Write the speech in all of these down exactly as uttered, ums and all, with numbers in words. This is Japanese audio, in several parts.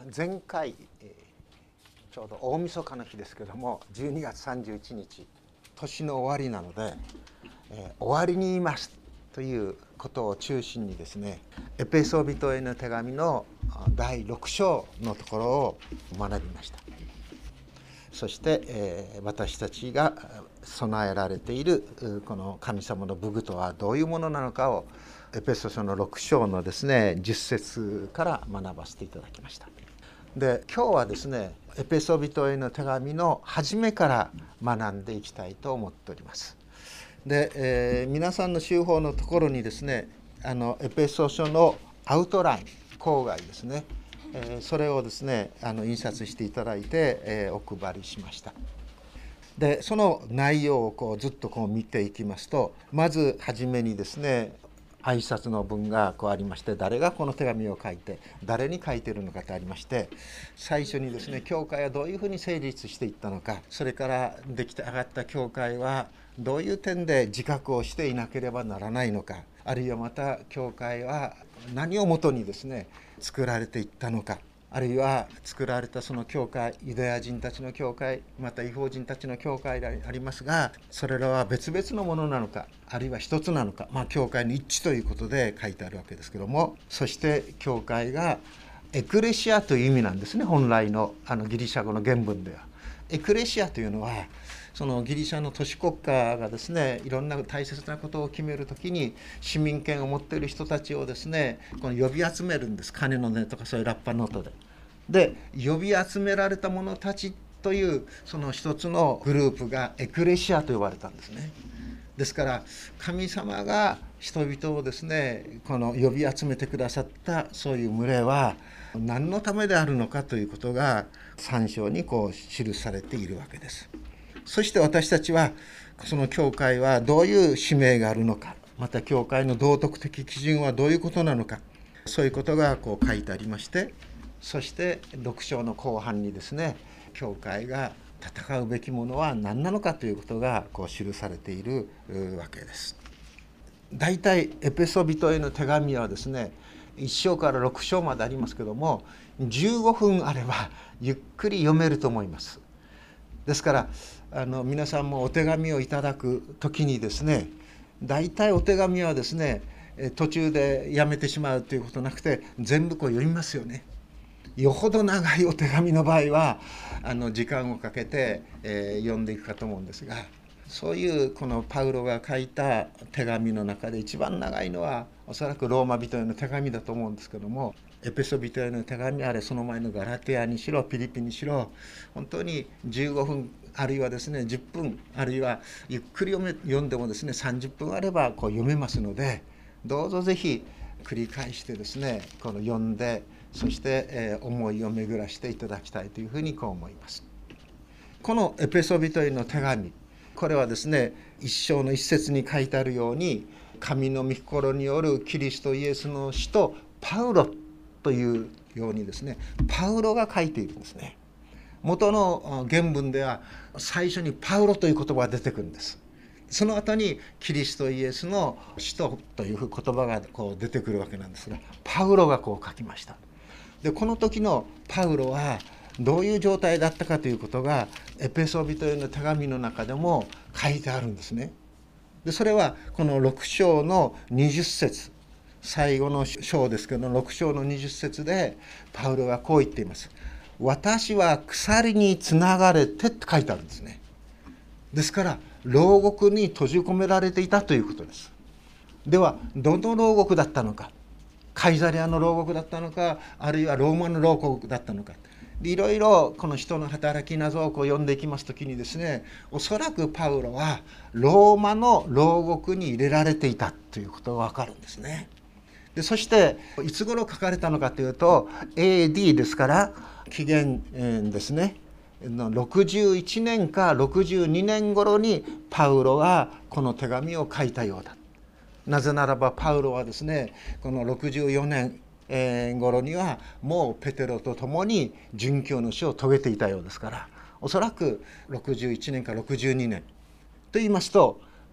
前回ちょうど大晦日の日ですけども、じゅうにがつさんじゅういちにち、年の終わりなので、えー、終わりにいますということを中心にですね、エペソビトへの手紙のだいろく章のところを学びました。そして、えー、私たちが備えられているこの神様の武具とはどういうものなのかをエペソ書のろく章のですねじゅっ節から学ばせていただきました。で、今日はですねエペソ人への手紙の初めから学んでいきたいと思っております。で、えー、皆さんの修法のところにですねあのエペソ書のアウトライン口外ですね、えー、それをですねあの印刷していただいて、えー、お配りしました。でその内容をこうずっとこう見ていきますと、まず初めにですね挨拶の文がこうありまして、誰がこの手紙を書いて誰に書いているのかとありまして、最初にですね教会はどういうふうに成立していったのか、それから出来上がった教会はどういう点で自覚をしていなければならないのか、あるいはまた教会は何をもとにですね作られていったのか、あるいは作られたその教会、ユダヤ人たちの教会、また異邦人たちの教会でありますが、それらは別々のものなのか、あるいは一つなのか、まあ教会の一致ということで書いてあるわけですけども、そして教会がエクレシアという意味なんですね。本来のあのギリシャ語の原文ではエクレシアというのは、そのギリシャの都市国家がですねいろんな大切なことを決めるときに市民権を持っている人たちをですねこの呼び集めるんです。鐘の音とかそういうラッパの音で。で呼び集められた者たちというその一つのグループがエクレシアと呼ばれたんですね。ですから神様が人々をですねこの呼び集めてくださったそういう群れは何のためであるのかということがさん章にこう記されているわけです。そして私たちはその教会はどういう使命があるのか、また教会の道徳的基準はどういうことなのか、そういうことがこう書いてありまして、そしてろく章の後半にですね教会が戦うべきものは何なのかということがこう記されているわけです。だいたいエペソ人への手紙はですねいっ章からろく章までありますけども、じゅうごふんあればゆっくり読めると思います。ですからあの皆さんもお手紙をいただく時にですね、だいたいお手紙はですね途中でやめてしまうということなくて全部こう読みますよね。よほど長いお手紙の場合はあの時間をかけて、えー、読んでいくかと思うんですが、そういうこのパウロが書いた手紙の中で一番長いのはおそらくローマ人への手紙だと思うんですけども、エペソ人への手紙あれその前のガラテヤにしろピリピにしろ、本当にじゅうごふんあるいはですねじゅっぷん、あるいはゆっくり読め読んでもですねさんじゅっぷんあればこう読めますので、どうぞぜひ繰り返してですねこの読んで、そして、えー、思いを巡らしていただきたいというふうにこう思います。このエペソ人への手紙、これはですね一章の一節に書いてあるように、神の御心によるキリストイエスの使徒パウロというようにですねパウロが書いているんですね。元の原文では最初にパウロという言葉が出てくるんです。その後にキリストイエスの使徒という言葉がこう出てくるわけなんですが、パウロがこう書きました。でこの時のパウロはどういう状態だったかということがエペソ人への手紙の中でも書いてあるんですね。でそれはこのろく章のにじゅっ節、最後の章ですけどろく章のにじゅっ節でパウロがこう言っています。私は鎖につながれてって書いてあるんですね。ですから牢獄に閉じ込められていたということです。ではどの牢獄だったのか、カイザリアの牢獄だったのか、あるいはローマの牢獄だったのか、いろいろこの人の働き謎をこう読んでいきますときにですね、おそらくパウロはローマの牢獄に入れられていたということが分かるんですね。でそしていつ頃書かれたのかというと エーディー ですから紀元ですねろくじゅういちねんかろくじゅうにねん頃にパウロはこの手紙を書いたようだ。なぜならばパウロはですねこのろくじゅうよねん頃にはもうペテロと共に殉教の死を遂げていたようですから、おそらくろくじゅういちねんかろくじゅうにねんと言いますと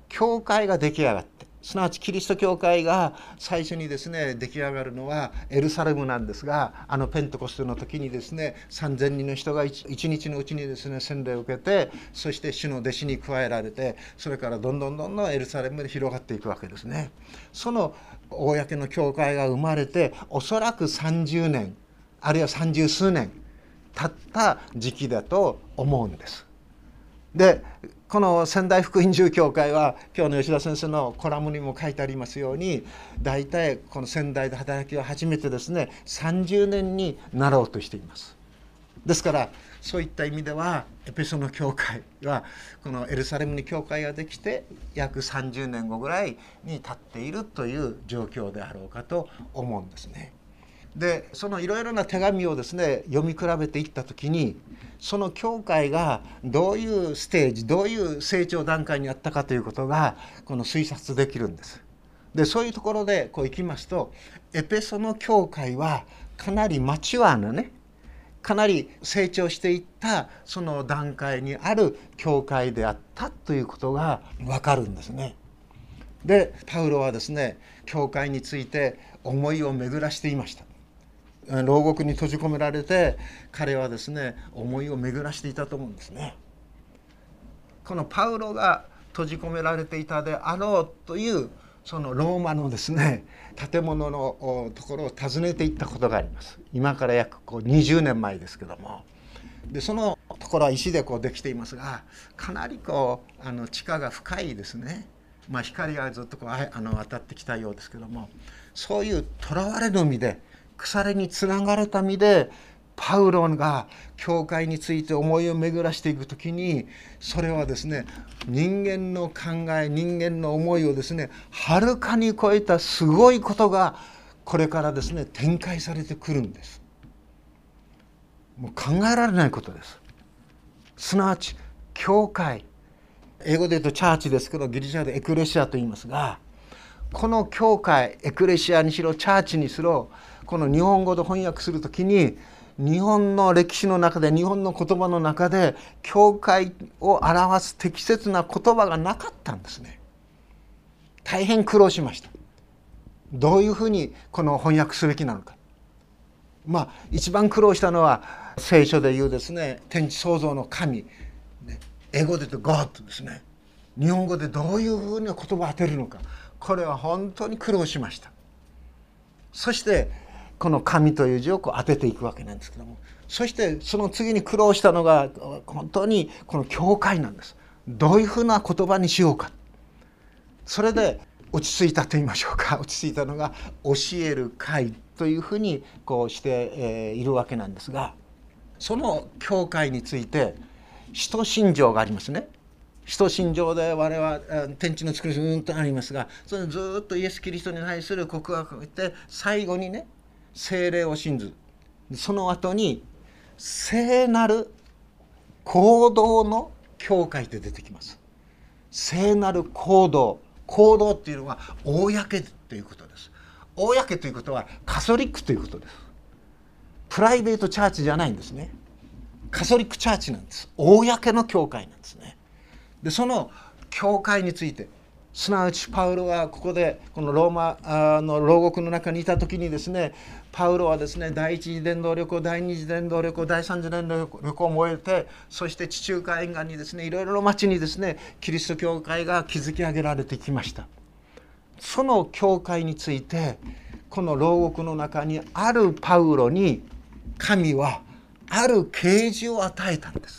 教会が出来上がって、すなわちキリスト教会が最初にですね出来上がるのはエルサレムなんですが、あのペンテコステの時にですねさんぜんにんの人が一日のうちにですね洗礼を受けて、そして主の弟子に加えられて、それからどんどんどんどんエルサレムで広がっていくわけですね。その公の教会が生まれておそらくさんじゅうねんあるいは三十数年経った時期だと思うんです。でこの仙台福音住教会は今日の吉田先生のコラムにも書いてありますように、大体この仙台で働きを始めてですねさんじゅうねんになろうとしています。ですからそういった意味ではエペソの教会はこのエルサレムに教会ができて約さんじゅうねんごぐらいに経っているという状況であろうかと思うんですね。でそのいろいろな手紙をですね読み比べていった時に、その教会がどういうステージ、どういう成長段階にあったかということがこの推察できるんです。でそういうところでこういきますと、エペソの教会はかなりマチュアなね、かなり成長していったその段階にある教会であったということが分かるんですね。でパウロはですね教会について思いを巡らしていました。牢獄に閉じ込められて彼はですね思いを巡らしていたと思うんですね。このパウロが閉じ込められていたであろうというそのローマのですね建物のところを訪ねていったことがあります。今から約こうにじゅうねんまえですけども、でそのところは石でこうできていますが、かなりこうあの地下が深いですね。まあ、光がずっとこうあの当たってきたようですけども、そういう囚われの身で鎖につながれた身でパウロが教会について思いを巡らしていくときに、それはですね人間の考え、人間の思いをですねはるかに超えたすごいことがこれからですね展開されてくるんです。もう考えられないことです。すなわち教会、英語で言うとチャーチですけどギリシャでエクレシアと言いますが、この教会、エクレシアにしろチャーチにしろ、この日本語で翻訳するときに日本の歴史の中で、日本の言葉の中で教会を表す適切な言葉がなかったんですね。大変苦労しました。どういうふうにこの翻訳すべきなのか。まあ一番苦労したのは聖書でいうですね天地創造の神、英語で言うと God ですね。日本語でどういうふうに言葉を当てるのか、これは本当に苦労しました。そしてこの神という字をこう当てていくわけなんですけども、そしてその次に苦労したのが本当にこの教会なんです。どういうふうな言葉にしようか。それで落ち着いたと言いましょうか、落ち着いたのが教える会というふうにこうしているわけなんですが、その教会について使徒信条がありますね。使徒信条で我々は天地の作りうんとありますが、それずっとイエス・キリストに対する告白をして最後にね聖霊を信ず、その後に聖なる行動の教会って出てきます。聖なる行動、行動っていうのは公ということです。公ということはカソリックということです。プライベートチャーチじゃないんですね。カソリックチャーチなんです。公の教会なんですね。でその教会について、すなわちパウロはここでこのローマの牢獄の中にいた時にですね、パウロはですね第一次伝道旅行、第二次伝道旅行、第三次伝道旅行を終えて、そして地中海沿岸にですねいろいろな町にですねキリスト教会が築き上げられてきました。その教会についてこの牢獄の中にあるパウロに神はある啓示を与えたんです。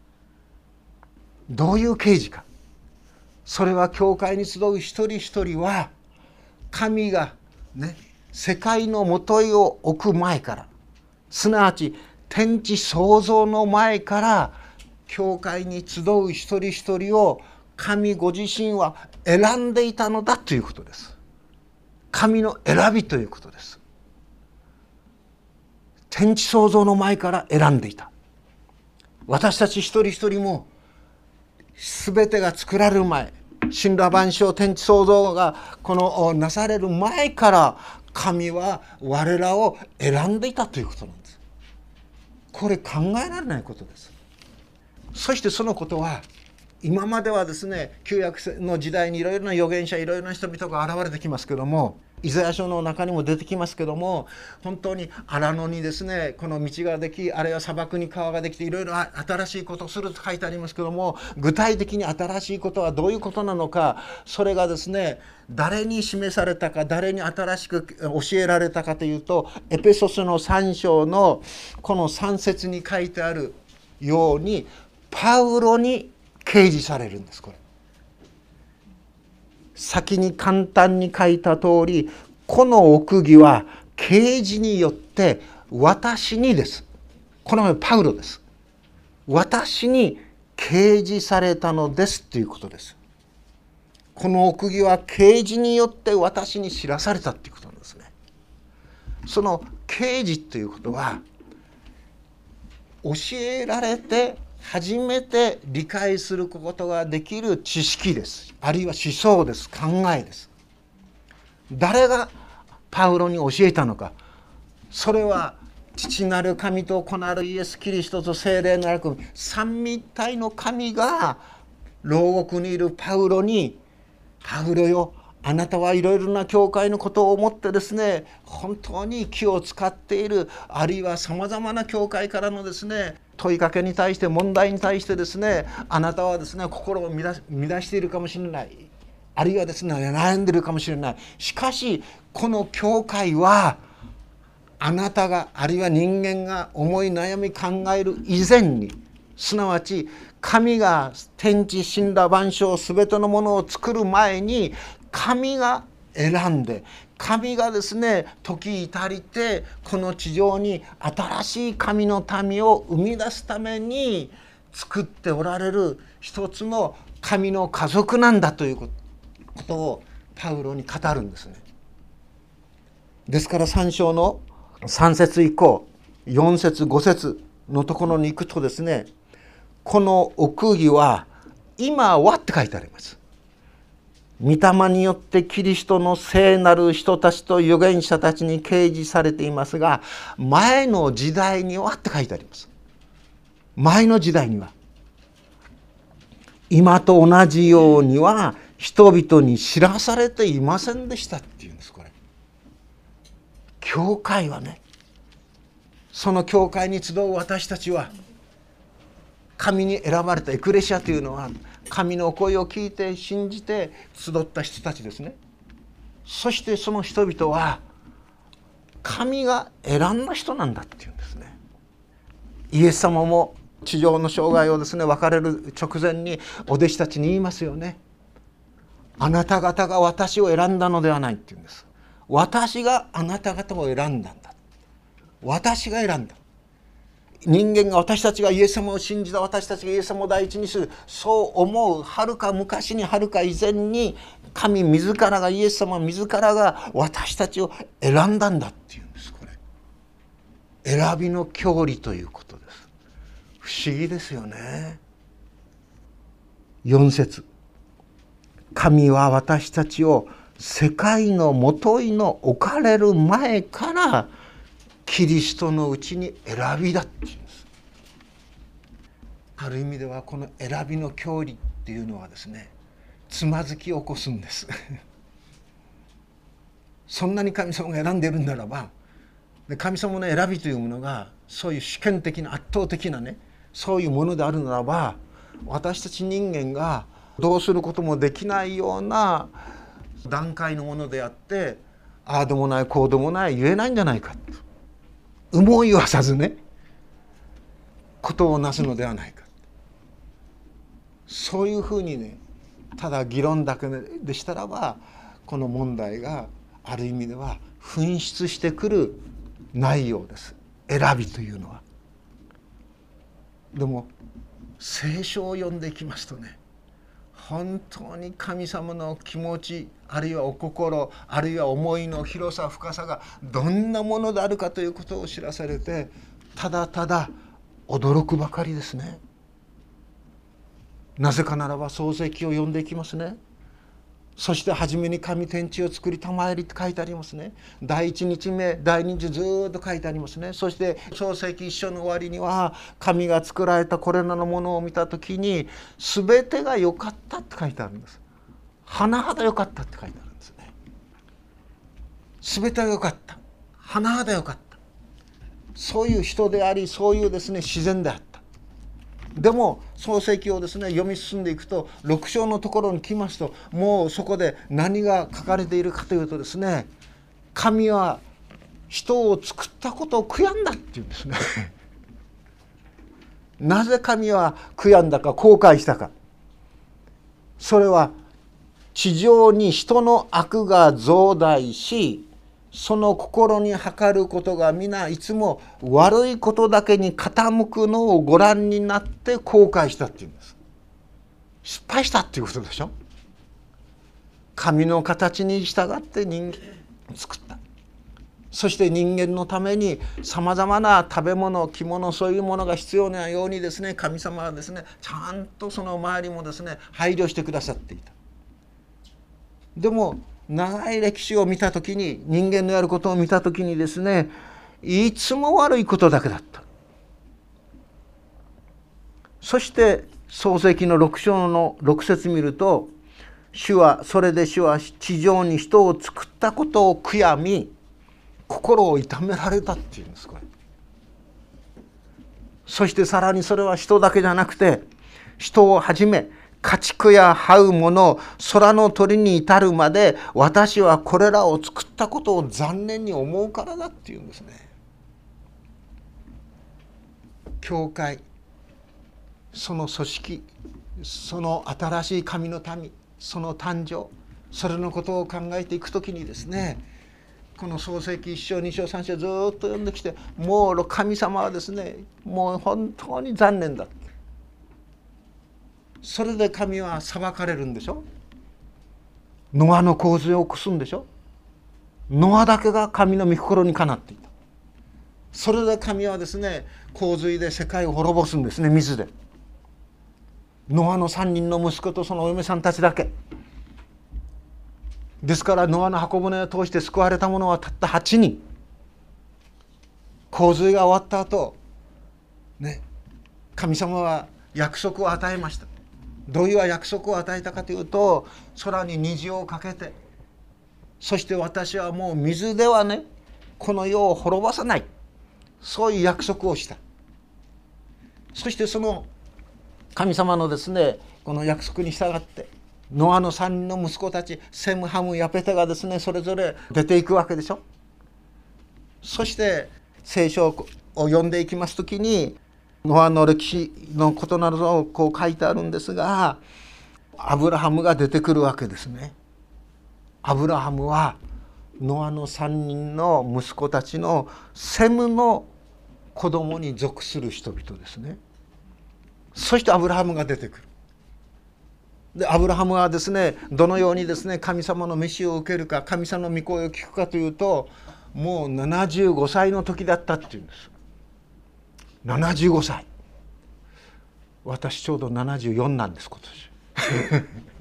どういう啓示か。それは教会に集う一人一人は神がね世界のもといを置く前から、すなわち天地創造の前から教会に集う一人一人を神ご自身は選んでいたのだということです。神の選びということです。天地創造の前から選んでいた。私たち一人一人も全てが作られる前、神羅万象天地創造がこのなされる前から神は我らを選んでいたということなんです。これ考えられないことです。そしてそのことは今まではですね、旧約の時代にいろいろな預言者、いろいろな人々が現れてきますけども、イザヤ書の中にも出てきますけども、本当に荒野にですね、この道ができ、あるいは砂漠に川ができて、いろいろ新しいことをすると書いてありますけども、具体的に新しいことはどういうことなのか、それがですね、誰に示されたか、誰に新しく教えられたかというと、エペソスのさん章のこのさん節に書いてあるように、パウロに掲示されるんです。これ先に簡単に書いた通り、この奥義は啓示によって私にです。この前パウロです。私に啓示されたのですということです。この奥義は啓示によって私に知らされたということなんですね。その啓示ということは、教えられて初めて理解することができる知識です。あるいは思想です。考えです。誰がパウロに教えたのか。それは父なる神と子なるイエス・キリストと聖霊なる神、三位一体の神が牢獄にいるパウロに、パウロよ、あなたはいろいろな教会のことを思ってですね、本当に気を使っている、あるいはさまざまな教会からのですね、問いかけに対して、問題に対してですね、あなたはですね、心を乱し、乱しているかもしれない、あるいはですね、悩んでいるかもしれない。しかしこの教会はあなたが、あるいは人間が思い悩み考える以前に、すなわち神が天地神羅万象すべてのものを作る前に、神が選んで、神がですね、時至りてこの地上に新しい神の民を生み出すために作っておられる一つの神の家族なんだということをパウロに語るんですね。ですからさん章のさん節以降、よん節ご節のところに行くとですね、この奥義は今はって書いてあります。御霊によってキリストの聖なる人たちと預言者たちに掲示されていますが、前の時代にはって書いてあります。前の時代には、今と同じようには人々に知らされていませんでしたっていうんです。これ教会はね、その教会に集う私たちは、神に選ばれたエクレシアというのは、神の声を聞いて信じて集った人たちですね。そしてその人々は神が選んだ人なんだっていうんですね。イエス様も地上の生涯をですね、別れる直前にお弟子たちに言いますよね。あなた方が私を選んだのではないっていうんです。私があなた方を選んだんだ。私が選んだ。人間が、私たちがイエス様を信じた、私たちがイエス様を第一にする、そう思うはるか昔に、はるか以前に、神自らが、イエス様自らが私たちを選んだんだっていうんです。これ選びの教理ということです。不思議ですよね。よん節、神は私たちを世界のもといの置かれる前からキリストのうちに選びだっていうんです。ある意味ではこの選びの教理っていうのはですね、つまずきを起こすんですそんなに神様が選んでいるんならば、神様の選びというものがそういう主権的な圧倒的なね、そういうものであるならば、私たち人間がどうすることもできないような段階のものであって、ああでもないこうでもない言えないんじゃないかと、有無を言わさずね、ことをなすのではないか、そういうふうにね、ただ議論だけでしたらば、この問題がある意味では噴出してくる内容です。選びというのは。でも聖書を読んでいきますとね、本当に神様の気持ち、あるいはお心、あるいは思いの広さ深さがどんなものであるかということを知らされて、ただただ驚くばかりですね。なぜかならば創世記を読んでいきますね。 そして初めに神天地を作りたまえりって書いてありますね。第一日目第二日ずっと書いてありますね。そして創世記一章の終わりには神が作られたこれらのものを見た時に全てが良かったって書いてあるんです。甚だ良かったって書いてあるんですね。全てが良かった、甚だ良かった、そういう人であり、そういうですね自然であった。でも創世記をですね読み進んでいくとろく章のところに来ますと、もうそこで何が書かれているかというとですね、神は人を作ったことを悔やんだっていうんですねなぜ神は悔やんだか、後悔したか。それは地上に人の悪が増大し、その心に計ることが皆いつも悪いことだけに傾くのをご覧になって後悔したっていうんです。失敗したっていうことでしょ。神の形に従って人間を作った。そして人間のためにさまざまな食べ物、着物、そういうものが必要なようにですね、神様はですねちゃんとその周りもですね配慮してくださっていた。でも長い歴史を見たときに、人間のやることを見たときにですね、いつも悪いことだけだった。そして創世記のろく章のろく節見ると、主はそれで主は地上に人を作ったことを悔やみ、心を痛められたっていうんです。これそしてさらにそれは人だけじゃなくて、人をはじめ家畜や這うもの、空の鳥に至るまで、私はこれらを作ったことを残念に思うからだっていうんですね。教会、その組織、その新しい神の民、その誕生、それのことを考えていくときにですね、この創世記いち章に章さん章ずっと読んできて、もう神様はですねもう本当に残念だ。それで神は裁かれるんでしょ。ノアの洪水を起こすんでしょ。ノアだけが神の御心にかなっていた。それで神はですね洪水で世界を滅ぼすんですね、水で。ノアのさんにんの息子とそのお嫁さんたちだけですから、ノアの箱舟を通して救われた者はたったはちにん。洪水が終わった後ね、神様は約束を与えました。どういう約束を与えたかというと、空に虹をかけて、そして私はもう水ではねこの世を滅ぼさない、そういう約束をした。そしてその神様のですねこの約束に従ってノアのさんにんの息子たち、セム、ハム、ヤペテがですねそれぞれ出ていくわけでしょ。そして聖書を読んでいきますときに、ノアの歴史のことなどをこう書いてあるんですが、アブラハムが出てくるわけですね。アブラハムはノアのさんにんの息子たちのセムの子供に属する人々ですね。そしてアブラハムが出てくる。でアブラハムはですねどのようにですね神様の召しを受けるか、神様の御声を聞くかというと、もうななじゅうごさいの時だったっていうんです。ななじゅうごさい。私ちょうどななじゅうよんなんです、今年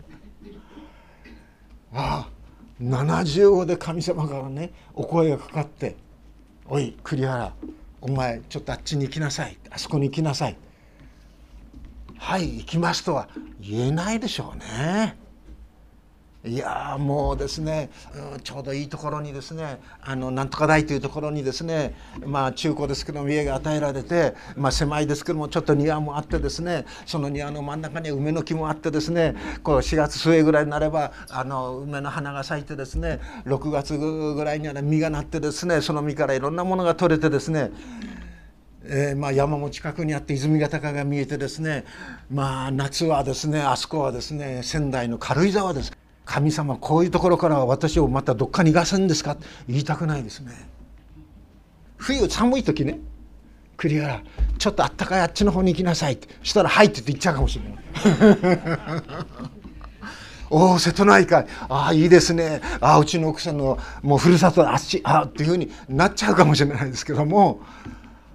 ああ、ななじゅうごで神様からねお声がかかって、おい栗原、お前ちょっとあっちに行きなさい、あそこに行きなさい、はい行きますとは言えないでしょうね。いやもうですね、うん、ちょうどいいところにですね、あのなんとか台というところにですね、まあ中古ですけども家が与えられて、まあ狭いですけどもちょっと庭もあってですね、その庭の真ん中に梅の木もあってですね、こうしがつ末ぐらいになればあの梅の花が咲いてですね、ろくがつぐらいには実がなってですね、その実からいろんなものが取れてですね、えー、まあ山も近くにあって泉ヶ鷹が見えてですね、まあ夏はですねあそこはですね仙台の軽井沢です。神様こういうところから私をまたどっかに逃がすんですか、言いたくないですね。冬寒い時ね、栗原ちょっとあったかいあっちの方に行きなさいってしたらはいって言っちゃうかもしれないおお瀬戸内海、ああいいですね、ああうちの奥さんのもうふるさとあっち、ああっていうふうになっちゃうかもしれないですけども、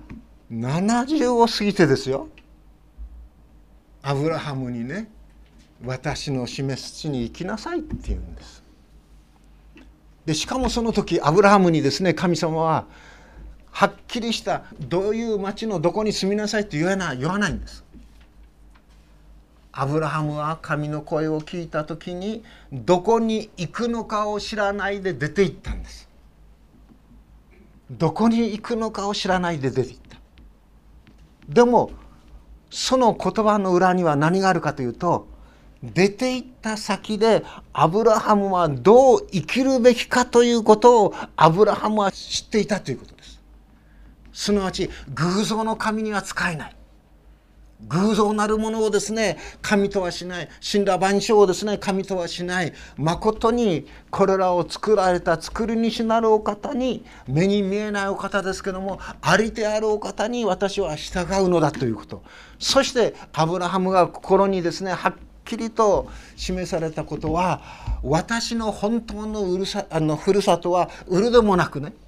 ななじゅうを過ぎてですよ、アブラハムにね私の示す地に行きなさいって言うんです。でしかもその時アブラハムにですね、神様ははっきりしたどういう町のどこに住みなさいって言わない、言わないんです。アブラハムは神の声を聞いた時にどこに行くのかを知らないで出て行ったんです。どこに行くのかを知らないで出て行った。でもその言葉の裏には何があるかというと、出て行った先でアブラハムはどう生きるべきかということをアブラハムは知っていたということです。すなわち偶像の神には仕えない、偶像なるものをですね神とはしない、神羅万象をですね神とはしない、まことにこれらを作られた作り主なるお方に、目に見えないお方ですけどもありてあるお方に私は従うのだということ。そしてアブラハムが心にですねはっきりと示されたことは、私の本当のうるさあのふるさとは売るでもなくね、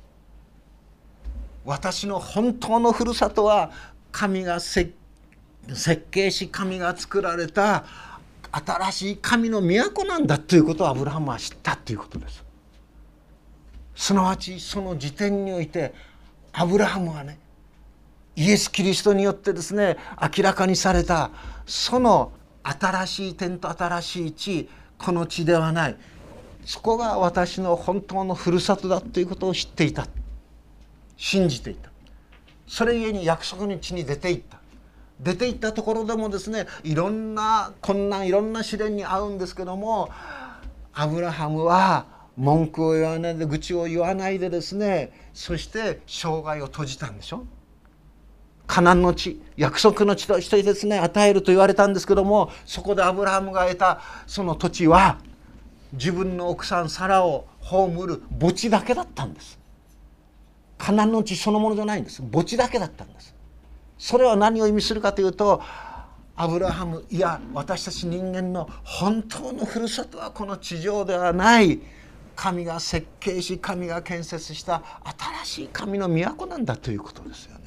私の本当のふるさとは神が設計し神が作られた新しい神の都なんだということをアブラハムは知ったということです。すなわちその時点においてアブラハムはね、イエス・キリストによってですね明らかにされたその新しい天と新しい地、この地ではない、そこが私の本当のふるさとだということを知っていた、信じていた。それゆえに約束の地に出て行った。出て行ったところでもですねいろんな困難、いろんな試練に遭うんですけども、アブラハムは文句を言わないで、愚痴を言わないでですね、そして生涯を閉じたんでしょ。カナンの地、約束の地としてですね与えると言われたんですけども、そこでアブラハムが得たその土地は自分の奥さんサラを葬る墓地だけだったんです。カナンの地そのものじゃないんです。墓地だけだったんです。それは何を意味するかというと、アブラハム、いや私たち人間の本当のふるさとはこの地上ではない、神が設計し神が建設した新しい神の都なんだということですよね。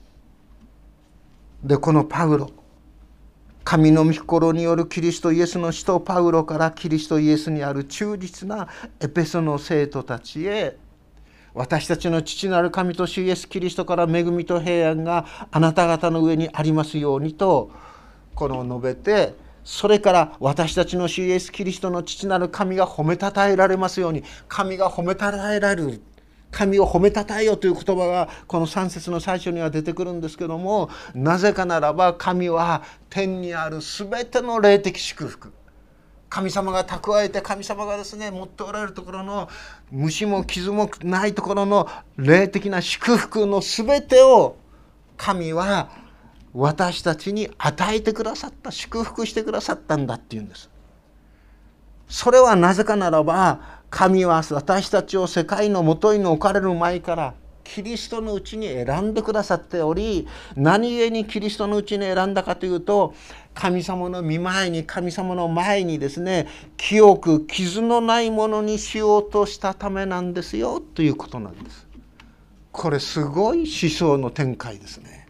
でこのパウロ、神の御心によるキリストイエスの使徒パウロからキリストイエスにある忠実なエペソの生徒たちへ、私たちの父なる神と主イエスキリストから恵みと平安があなた方の上にありますようにとこの述べて、それから私たちの主イエスキリストの父なる神が褒めたたえられますように、神が褒めたたえられる、神を褒めたたえよという言葉がこのさん節の最初には出てくるんですけども、なぜかならば神は天にあるすべての霊的祝福、神様が蓄えて神様がですね持っておられるところの虫も傷もないところの霊的な祝福のすべてを神は私たちに与えてくださった、祝福してくださったんだっていうんです。それはなぜかならば、神は私たちを世界のもとに置かれる前からキリストのうちに選んでくださっており、何故にキリストのうちに選んだかというと、神様の御前に、神様の前にですね清く傷のないものにしようとしたためなんですよということなんです。これすごい思想の展開ですね。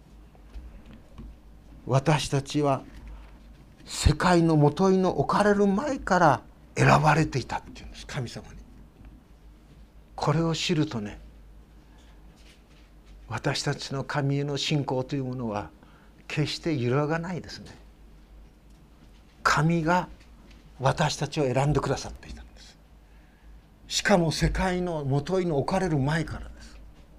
私たちは世界のもとに置かれる前から選ばれていたっていうんです、神様に。これを知るとね、私たちの神への信仰というものは決して揺らがないですね。神が私たちを選んでくださっていたんです。しかも世界のもとに置かれる前からです。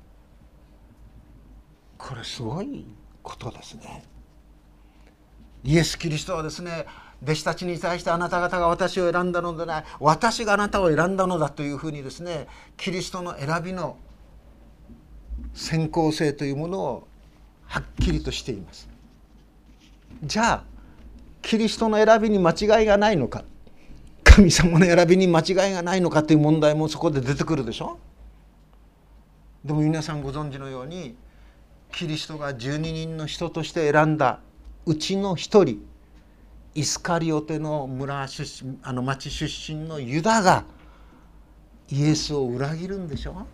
これすごいことですね。イエス・キリストはですね、弟子たちに対してあなた方が私を選んだのでない、私があなたを選んだのだというふうにですね、キリストの選びの先行性というものをはっきりとしています。じゃあキリストの選びに間違いがないのか、神様の選びに間違いがないのかという問題もそこで出てくるでしょ。でも皆さんご存知のように、キリストがじゅうににんの人として選んだうちの一人、イスカリオテの村出身、あの町出身のユダがイエスを裏切るんでしょ。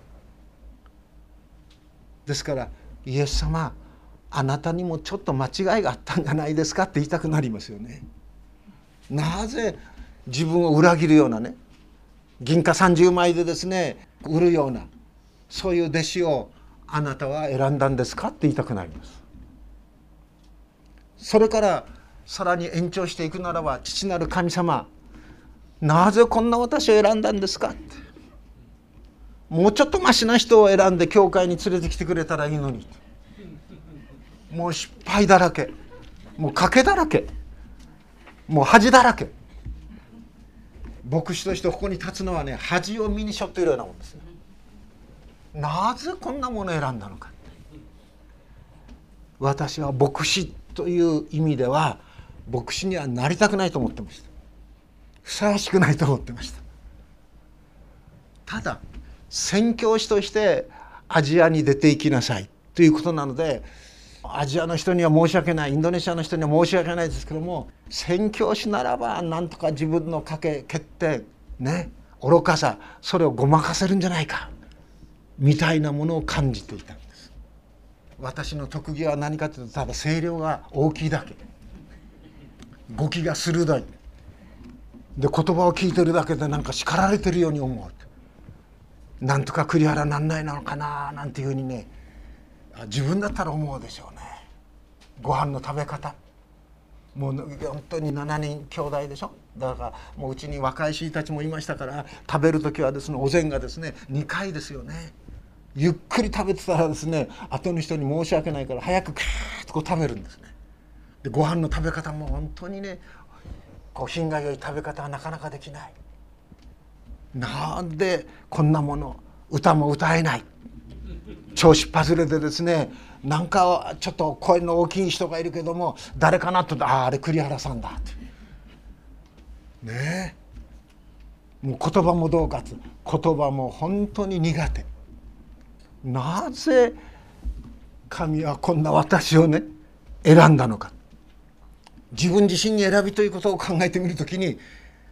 ですからイエス様、あなたにもちょっと間違いがあったんじゃないですかって言いたくなりますよね。 なぜ自分を裏切るようなね、銀貨さんじゅうまいでですね売るようなそういう弟子をあなたは選んだんですかって言いたくなります。それからさらに延長していくならば、父なる神様、なぜこんな私を選んだんですかって、もうちょっとマシな人を選んで教会に連れてきてくれたらいいのに、もう失敗だらけ、もう賭けだらけ、もう恥だらけ。牧師としてここに立つのはね、恥を身に背負っているようなもんですね。なぜこんなものを選んだのか。私は牧師という意味では牧師にはなりたくないと思ってました。ふさわしくないと思ってました。ただ宣教師としてアジアに出ていきなさいということなので、アジアの人には申し訳ない、インドネシアの人には申し訳ないですけども、宣教師ならばなんとか自分の賭け欠点ね、愚かさ、それをごまかせるんじゃないかみたいなものを感じていたんです。私の特技は何かというと、ただ声量が大きいだけ、語気が鋭いで、言葉を聞いてるだけでなんか叱られてるように思う、なんとか栗原なんないのかななんていうふうにね、自分だったら思うでしょうね。ご飯の食べ方もう本当にしちにん兄弟でしょ。だからもううちに若い師たちもいましたから、食べる時はですね、お膳がですねにかいですよね。ゆっくり食べてたらですね、後の人に申し訳ないから早くカーッとこう食べるんですね。でご飯の食べ方も本当にね、こう品が良い食べ方はなかなかできない。なんでこんなもの、歌も歌えない、調子外れでですね、なんかちょっと声の大きい人がいるけども誰かなと、あああれ栗原さんだってねえ、もう言葉もどうかって、言葉も本当に苦手。なぜ神はこんな私をね選んだのか。自分自身に選びということを考えてみるときに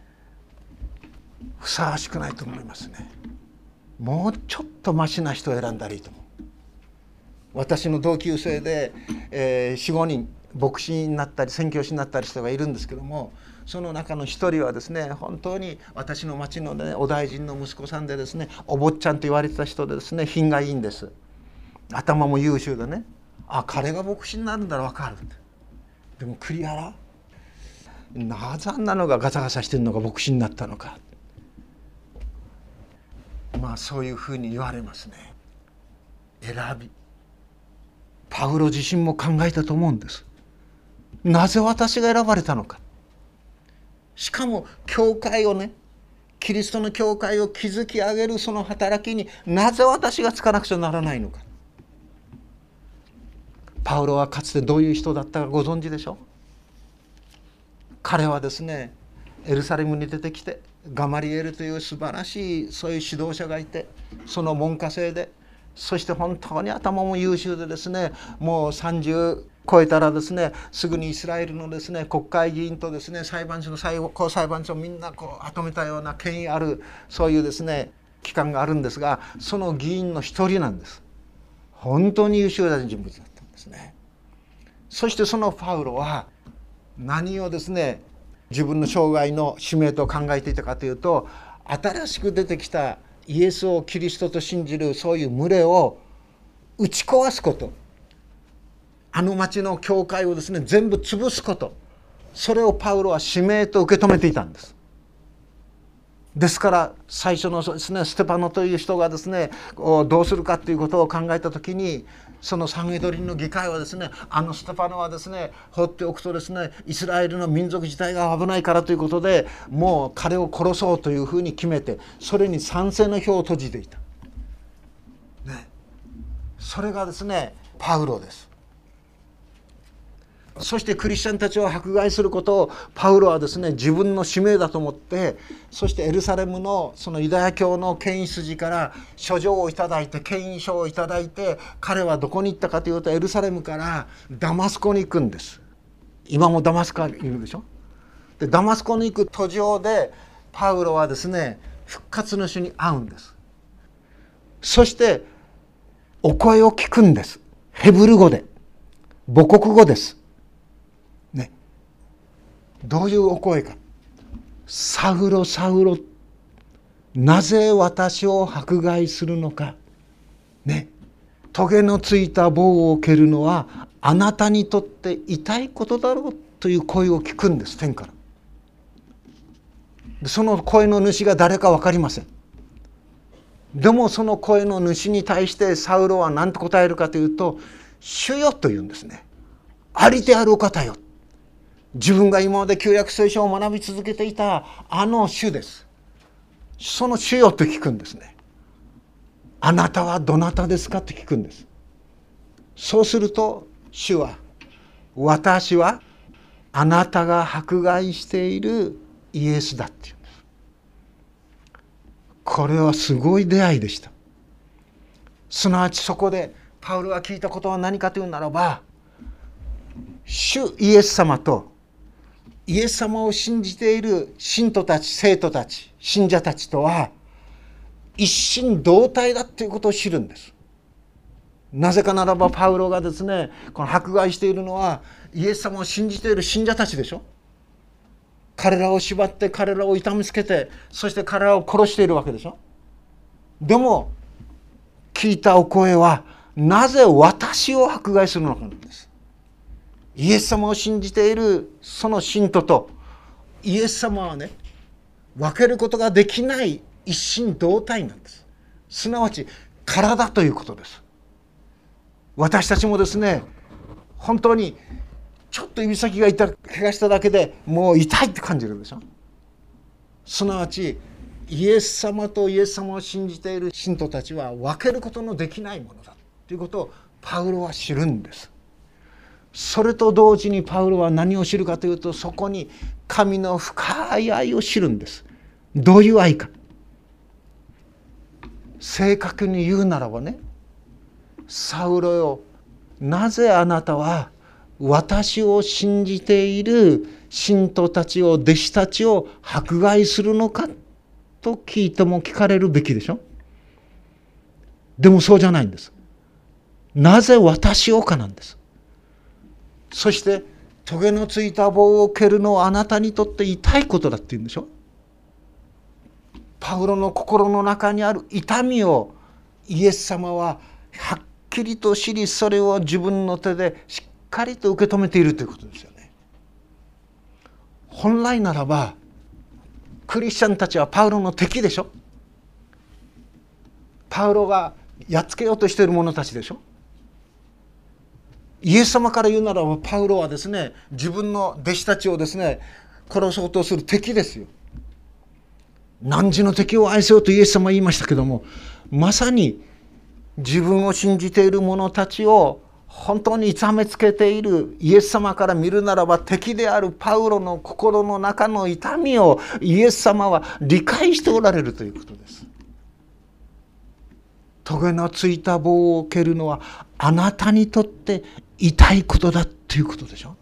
ふさわしくないと思いますね。もうちょっとマシな人を選んだらいいと思う。私の同級生で、えー、よん、ごにん牧師になったり宣教師になったり人がいるんですけども、その中の一人はですね、本当に私の町の、ね、お大臣の息子さんでですね、お坊ちゃんと言われてた人でですね、品がいいんです。頭も優秀でね、あ、彼が牧師になるんだら分かる。でも栗原、なぜあんなのがガサガサしてるのが牧師になったのか、まあそういうふうに言われますね。選び、パウロ自身も考えたと思うんです。なぜ私が選ばれたのか。しかも教会をね、キリストの教会を築き上げるその働きになぜ私がつかなくちゃならないのか。パウロはかつてどういう人だったかご存知でしょう。彼はですね、エルサレムに出てきて、ガマリエルという素晴らしいそういう指導者がいて、その門下生で、そして本当に頭も優秀でですね、もうさんじゅう超えたらですね、すぐにイスラエルのですね国会議員とですね裁判所の最高裁判所をみんなこうまとめたような権威あるそういうですね機関があるんですが、その議員の一人なんです。本当に優秀な人物だったんですね。そしてそのパウロは何をですね自分の生涯の使命と考えていたかというと、新しく出てきたイエスをキリストと信じるそういう群れを打ち壊すこと、あの町の教会をですね全部潰すこと、それをパウロは使命と受け止めていたんです。ですから最初のですねステパノという人がですねどうするかということを考えた時に、そのサンヘドリンの議会はですね、あのステパノはですね放っておくとですねイスラエルの民族自体が危ないからということで、もう彼を殺そうというふうに決めて、それに賛成の票を閉じていた、ね、それがですねパウロです。そしてクリスチャンたちを迫害することをパウロはですね自分の使命だと思って、そしてエルサレムのそのユダヤ教の権威筋から書状をいただいて、権威書をいただいて、彼はどこに行ったかというとエルサレムからダマスコに行くんです。今もダマスコにいるでしょ。でダマスコに行く途上でパウロはですね復活の主に会うんです。そしてお声を聞くんです。ヘブル語で、母国語です。ね、どういうお声か。 サウロサウロ、なぜ私を迫害するのかね、トゲのついた棒を蹴るのはあなたにとって痛いことだろうという声を聞くんです、天から。その声の主が誰か分かりません。でもその声の主に対してサウロは何と答えるかというと、主よと言うんですね。ありてあるお方よ。自分が今まで旧約聖書を学び続けていたあの主です。その主よと聞くんですね。あなたはどなたですかと聞くんです。そうすると主は、私はあなたが迫害しているイエスだって言うんです。これはすごい出会いでした。すなわちそこでパウロが聞いたことは何かというならば、主イエス様とイエス様を信じている信徒たち、生徒たち、信者たちとは一心同体だということを知るんです。なぜかならばパウロがですね、この迫害しているのはイエス様を信じている信者たちでしょ。彼らを縛って彼らを痛めつけて、そして彼らを殺しているわけでしょ。でも聞いたお声は、なぜ私を迫害するのかなんです。イエス様を信じているその信徒とイエス様はね、分けることができない一心同体なんです。すなわち体ということです。私たちもですね、本当にちょっと指先が痛怪我しただけでもう痛いって感じるでしょ。すなわちイエス様とイエス様を信じている信徒たちは分けることのできないものだということをパウロは知るんです。それと同時にパウロは何を知るかというと、そこに神の深い愛を知るんです。どういう愛か。正確に言うならばね、サウロよ、なぜあなたは私を信じている信徒たちを、弟子たちを迫害するのかと聞いても聞かれるべきでしょ。でもそうじゃないんです。なぜ私をかなんです。そしてトゲのついた棒を蹴るのはあなたにとって痛いことだって言うんでしょ。パウロの心の中にある痛みをイエス様ははっきりと知り、それを自分の手でしっかりと受け止めているということですよね。本来ならばクリスチャンたちはパウロの敵でしょ。パウロがやっつけようとしている者たちでしょ。イエス様から言うならばパウロはですね、自分の弟子たちをですね殺そうとする敵ですよ。汝の敵を愛せよとイエス様は言いましたけども、まさに自分を信じている者たちを本当に痛めつけているイエス様から見るならば敵であるパウロの心の中の痛みをイエス様は理解しておられるということです。トゲのついた棒を蹴るのはあなたにとって痛いことだということでしょ。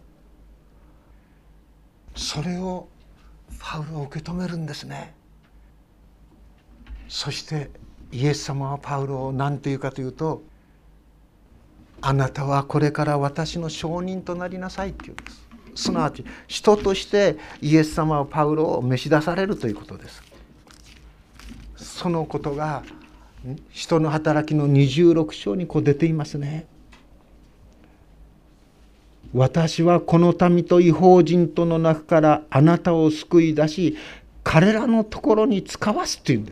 それをパウロは受け止めるんですね。そしてイエス様はパウロを何て言うかというと、あなたはこれから私の証人となりなさいって言うんです。すなわち人としてイエス様はパウロを召し出されるということです。そのことが使徒の働きのにじゅうろく章にこう出ていますね。私はこの民と異邦人との中からあなたを救い出し、彼らのところに使わすというんです。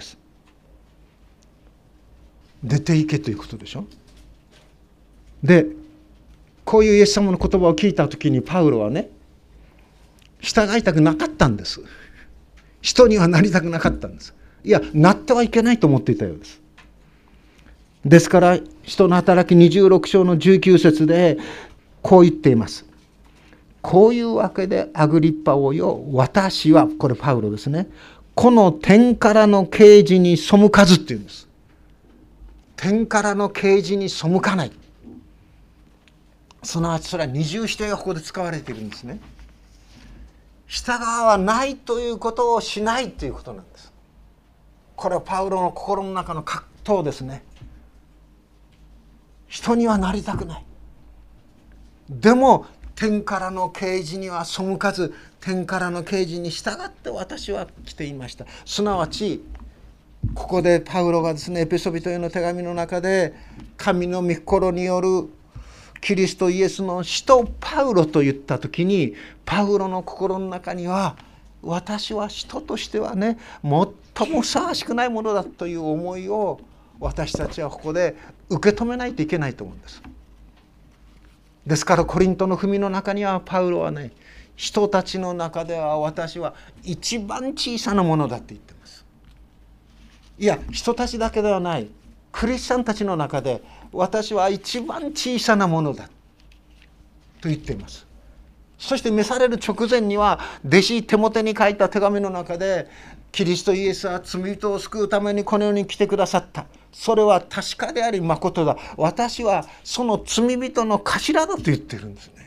出ていけということでしょ。でこういうイエス様の言葉を聞いた時にパウロはね、従いたくなかったんです。人にはなりたくなかったんです。いや、なってはいけないと思っていたようです。ですから使徒の働きにじゅうろく章のじゅうきゅう節でこう言っています。こういうわけでアグリッパ王よ、私は、これパウロですね、この天からの啓示に背かずっていうんです。天からの啓示に背かない。すなわちそれは二重否定がここで使われているんですね。従わないということをしないということなんです。これはパウロの心の中の葛藤ですね。人にはなりたくない。でも天からの啓示には背かず、天からの啓示に従って私は来ていました。すなわちここでパウロがですね、エペソビトへの手紙の中で、神の御心によるキリストイエスの使徒パウロと言った時に、パウロの心の中には、私は使徒としてはね、最もふさわしくないものだという思いを私たちはここで受け止めないといけないと思うんです。ですからコリントの文の中にはパウロはね、人たちの中では私は一番小さなものだって言ってます。いや、人たちだけではない、クリスチャンたちの中で私は一番小さなものだと言っています。そして召される直前には弟子テモテに書いた手紙の中で、キリストイエスは罪人を救うためにこの世に来てくださった。それは確かであり誠だ。私はその罪人の頭だと言ってるんですね。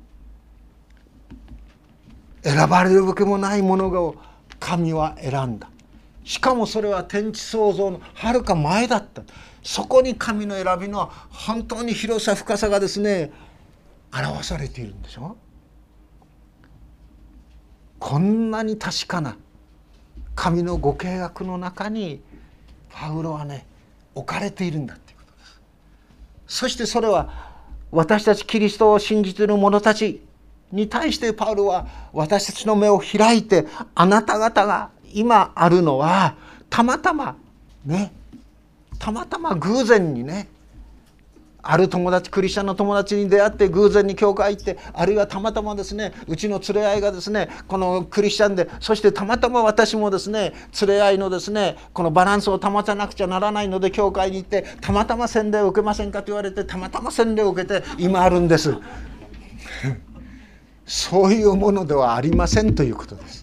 選ばれるわけもないものを神は選んだ。しかもそれは天地創造のはるか前だった。そこに神の選びの本当に広さ深さがですね、表されているんでしょ。こんなに確かな神のご計画の中にパウロはね、置かれているんだということです。そしてそれは私たちキリストを信じている者たちに対してパウロは私たちの目を開いて、あなた方が今あるのはたまたまね、たまたま偶然にね、ある友達、クリスチャンの友達に出会って偶然に教会行って、あるいはたまたまですね、うちの連れ合いがですねこのクリスチャンで、そしてたまたま私もですね連れ合いのですねこのバランスを保たなくちゃならないので教会に行って、たまたま洗礼を受けませんかと言われて、たまたま洗礼を受けて今あるんですそういうものではありませんということです。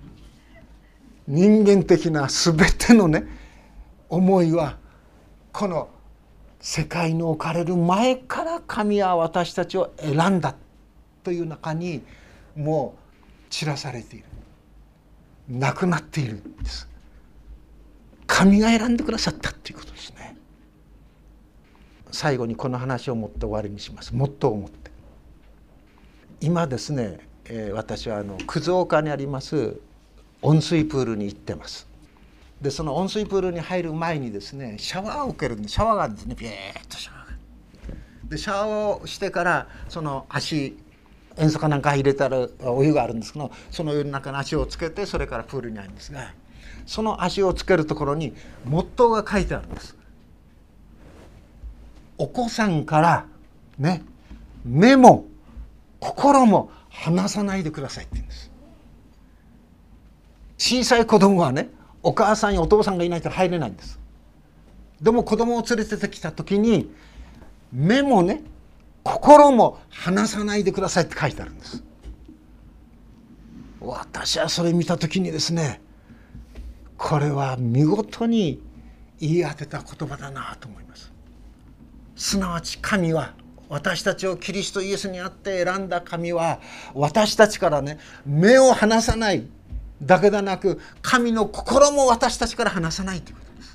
人間的な全てのね思いは、この世界の置かれる前から神は私たちを選んだという中にもう散らされている、なくなっているんです。神が選んでくださったということですね。最後にこの話をもって終わりにします。もっと思って、今ですね、えー、私はあの葛岡にあります温水プールに行ってます。でその温水プールに入る前にですね、シャワーを受けるんで、シャワーがあるんですね、ビーッとシャワーが。でシャワーをしてから、その足、塩素かなんか入れたらお湯があるんですけど、そのお湯の中に足をつけて、それからプールに入るんですが、その足をつけるところにモットーが書いてあるんです。お子さんからね、目も心も離さないでくださいって言うんです。小さい子供はね、お母さんやお父さんがいないと入れないんです。でも子供を連れてきた時に、目もね心も離さないでくださいって書いてあるんです。私はそれ見た時にですね、これは見事に言い当てた言葉だなと思います。すなわち神は、私たちをキリストイエスにあって選んだ神は、私たちからね目を離さないだけでなく、神の心も私たちから離さないということです。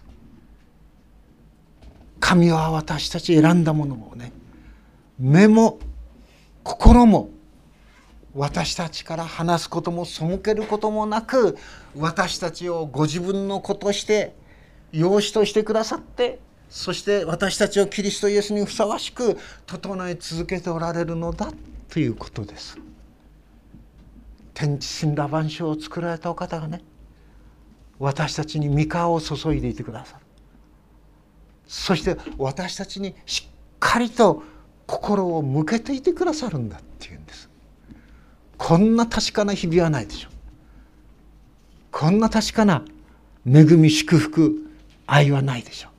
神は私たち選んだものをね、目も心も私たちから離すことも背けることもなく、私たちをご自分の子として養子としてくださって、そして私たちをキリストイエスにふさわしく整え続けておられるのだということです。天地神羅万象を作られたお方がね、私たちに御顔を注いでいてくださる。そして私たちにしっかりと心を向けていてくださるんだっていうんです。こんな確かな日々はないでしょう。こんな確かな恵み祝福愛はないでしょう。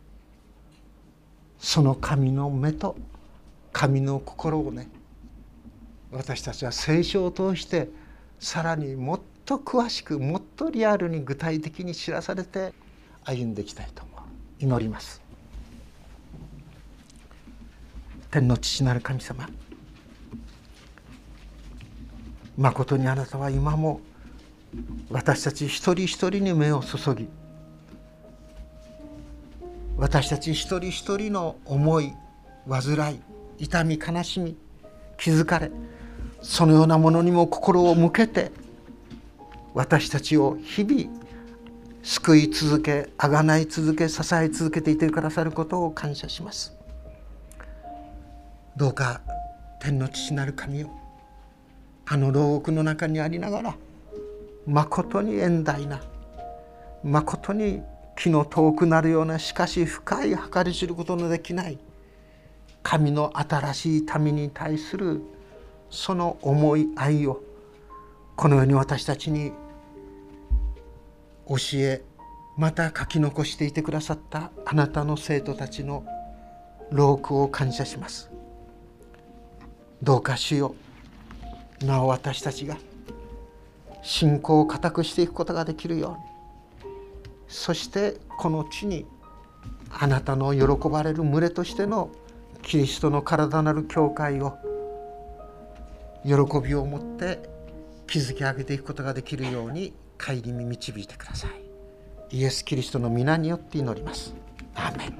その神の目と神の心をね、私たちは聖書を通してさらにもっと詳しく、もっとリアルに具体的に知らされて歩んでいきたいと思う。祈ります。天の父なる神様、まことにあなたは今も私たち一人一人に目を注ぎ、私たち一人一人の思い、煩い、痛み、悲しみ、気づかれ、 そのようなものにも心を向けて、私たちを日々救い続け、あがない続け、支え続けていてくださることを感謝します。どうか天の父なる神よ、あの牢獄の中にありながら、まことに遠大な、まことに気の遠くなるような、しかし深い計り知ることのできない神の新しい民に対するその思い愛を、このように私たちに教え、また書き残していてくださったあなたの生徒たちの労苦を感謝します。どうか主よ、なお私たちが信仰を固くしていくことができるように、そしてこの地にあなたの喜ばれる群れとしてのキリストの体なる教会を喜びを持って築き上げていくことができるように顧み導いてください。イエス・キリストの皆によって祈ります。アーメン。